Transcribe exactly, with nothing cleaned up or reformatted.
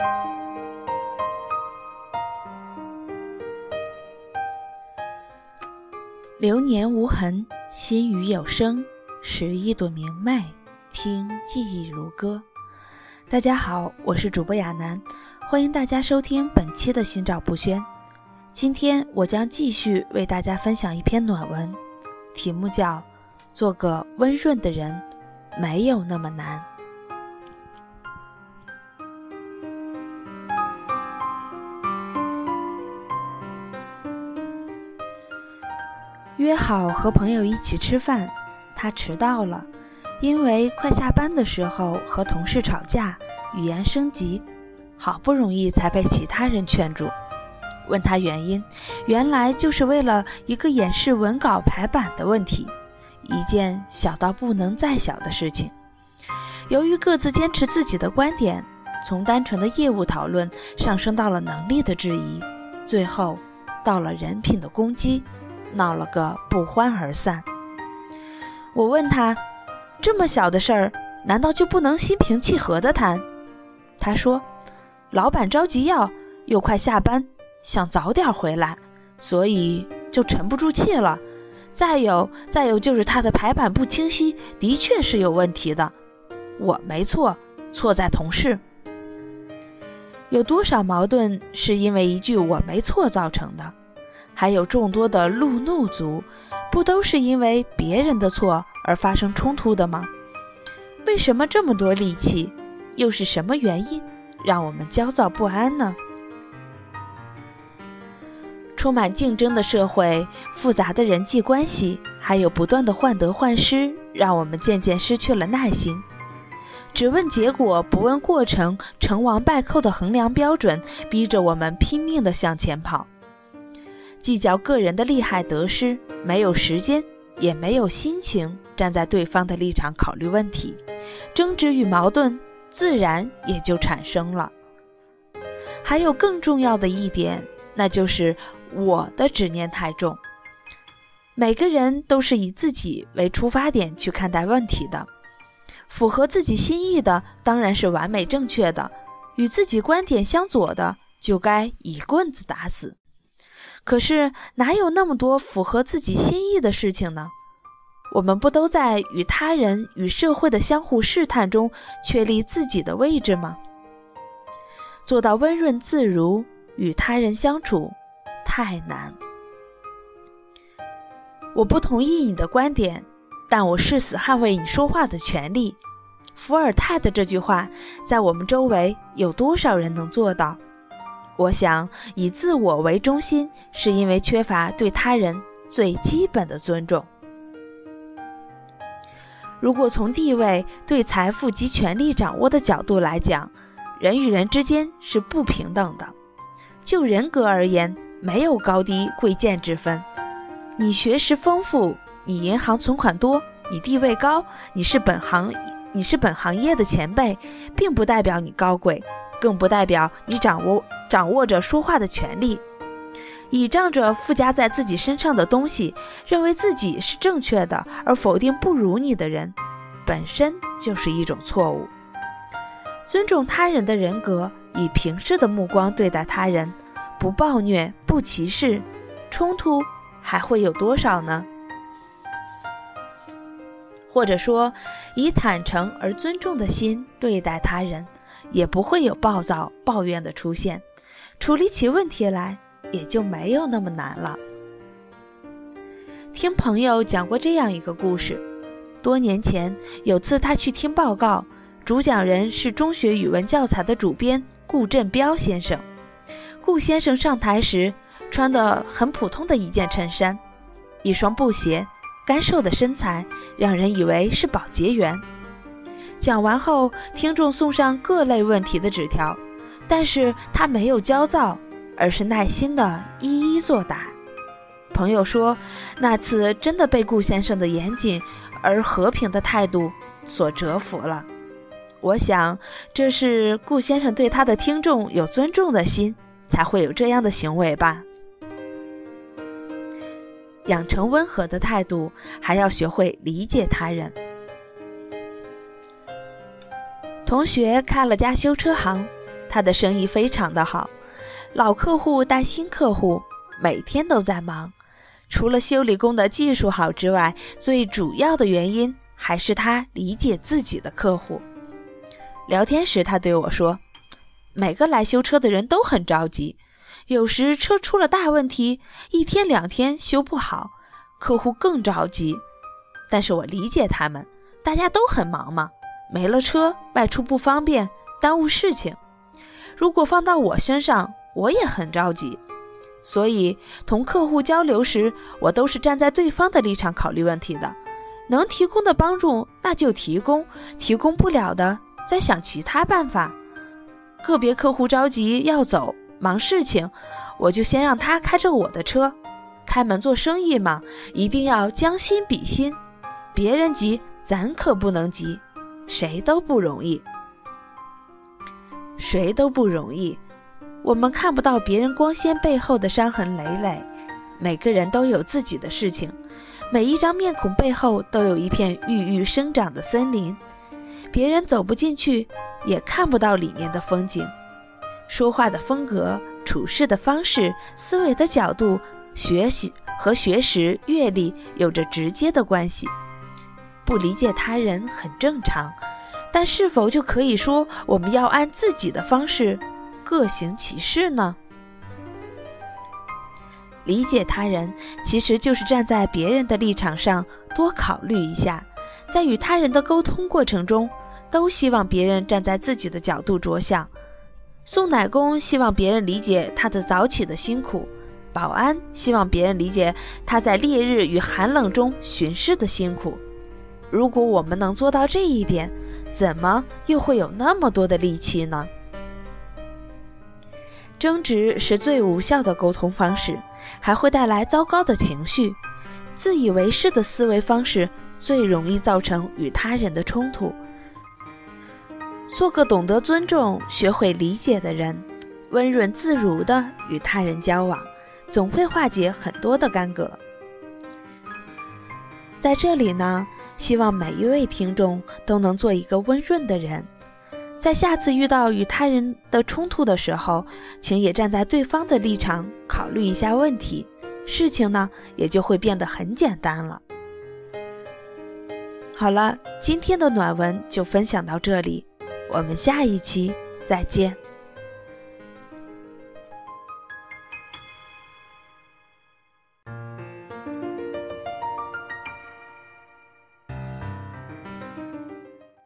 流年无痕，心语有声，拾一朵明媚，听记忆如歌。大家好，我是主播亚楠，欢迎大家收听本期的心照不宣。今天我将继续为大家分享一篇暖文，题目叫做个温润的人没有那么难。约好和朋友一起吃饭，他迟到了，因为快下班的时候和同事吵架，语言升级，好不容易才被其他人劝住。问他原因，原来就是为了一个演示文稿排版的问题，一件小到不能再小的事情。由于各自坚持自己的观点，从单纯的业务讨论上升到了能力的质疑，最后到了人品的攻击，闹了个不欢而散。我问他，这么小的事儿，难道就不能心平气和地谈？他说，老板着急要，又快下班，想早点回来，所以就沉不住气了。再有，再有就是他的排版不清晰，的确是有问题的。我没错，错在同事。有多少矛盾是因为一句我没错造成的？还有众多的路怒族，不都是因为别人的错而发生冲突的吗？为什么这么多戾气？又是什么原因让我们焦躁不安呢？充满竞争的社会，复杂的人际关系，还有不断的患得患失，让我们渐渐失去了耐心。只问结果，不问过程，成王败寇的衡量标准，逼着我们拼命地向前跑。计较个人的利害得失，没有时间，也没有心情站在对方的立场考虑问题，争执与矛盾自然也就产生了。还有更重要的一点，那就是我的执念太重。每个人都是以自己为出发点去看待问题的，符合自己心意的当然是完美正确的，与自己观点相左的就该一棍子打死。可是哪有那么多符合自己心意的事情呢？我们不都在与他人与社会的相互试探中确立自己的位置吗？做到温润自如，与他人相处太难。我不同意你的观点，但我誓死捍卫你说话的权利。伏尔泰的这句话，在我们周围有多少人能做到？我想，以自我为中心，是因为缺乏对他人最基本的尊重。如果从地位、对财富及权力掌握的角度来讲，人与人之间是不平等的。就人格而言，没有高低贵贱之分。你学识丰富，你银行存款多，你地位高，你是本行你是本行业的前辈，并不代表你高贵，更不代表你掌握掌握着说话的权利。倚仗着附加在自己身上的东西，认为自己是正确的，而否定不如你的人，本身就是一种错误。尊重他人的人格，以平视的目光对待他人，不暴虐，不歧视，冲突还会有多少呢？或者说，以坦诚而尊重的心对待他人，也不会有暴躁抱怨的出现，处理起问题来也就没有那么难了。听朋友讲过这样一个故事，多年前有次他去听报告，主讲人是中学语文教材的主编顾振彪先生。顾先生上台时穿得很普通的一件衬衫，一双布鞋，干瘦的身材让人以为是保洁员。讲完后，听众送上各类问题的纸条，但是他没有焦躁，而是耐心地一一作答。朋友说，那次真的被顾先生的严谨而和平的态度所折服了。我想，这是顾先生对他的听众有尊重的心，才会有这样的行为吧。养成温和的态度，还要学会理解他人。同学开了家修车行， 他的生意非常的好，老客户带新客户，每天都在忙。除了修理工的技术好之外，最主要的原因还是他理解自己的客户。聊天时他对我说，每个来修车的人都很着急，有时车出了大问题，一天两天修不好，客户更着急。但是我理解他们，大家都很忙嘛，没了车外出不方便，耽误事情。如果放到我身上，我也很着急。所以同客户交流时，我都是站在对方的立场考虑问题的，能提供的帮助那就提供，提供不了的再想其他办法。个别客户着急要走，忙事情，我就先让他开着我的车。开门做生意嘛，一定要将心比心，别人急咱可不能急，谁都不容易，谁都不容易。我们看不到别人光鲜背后的伤痕累累，每个人都有自己的事情，每一张面孔背后都有一片郁郁生长的森林，别人走不进去，也看不到里面的风景。说话的风格、处事的方式、思维的角度，学习和学识、阅历有着直接的关系。不理解他人很正常，但是否就可以说我们要按自己的方式各行其事呢？理解他人其实就是站在别人的立场上多考虑一下，在与他人的沟通过程中，都希望别人站在自己的角度着想。送奶工希望别人理解他的早起的辛苦，保安希望别人理解他在烈日与寒冷中巡视的辛苦。如果我们能做到这一点，怎么又会有那么多的戾气呢？争执是最无效的沟通方式，还会带来糟糕的情绪。自以为是的思维方式最容易造成与他人的冲突。做个懂得尊重、学会理解的人，温润自如地与他人交往，总会化解很多的干戈。在这里呢，希望每一位听众都能做一个温润的人，在下次遇到与他人的冲突的时候，请也站在对方的立场考虑一下问题，事情呢也就会变得很简单了。好了，今天的暖文就分享到这里，我们下一期再见。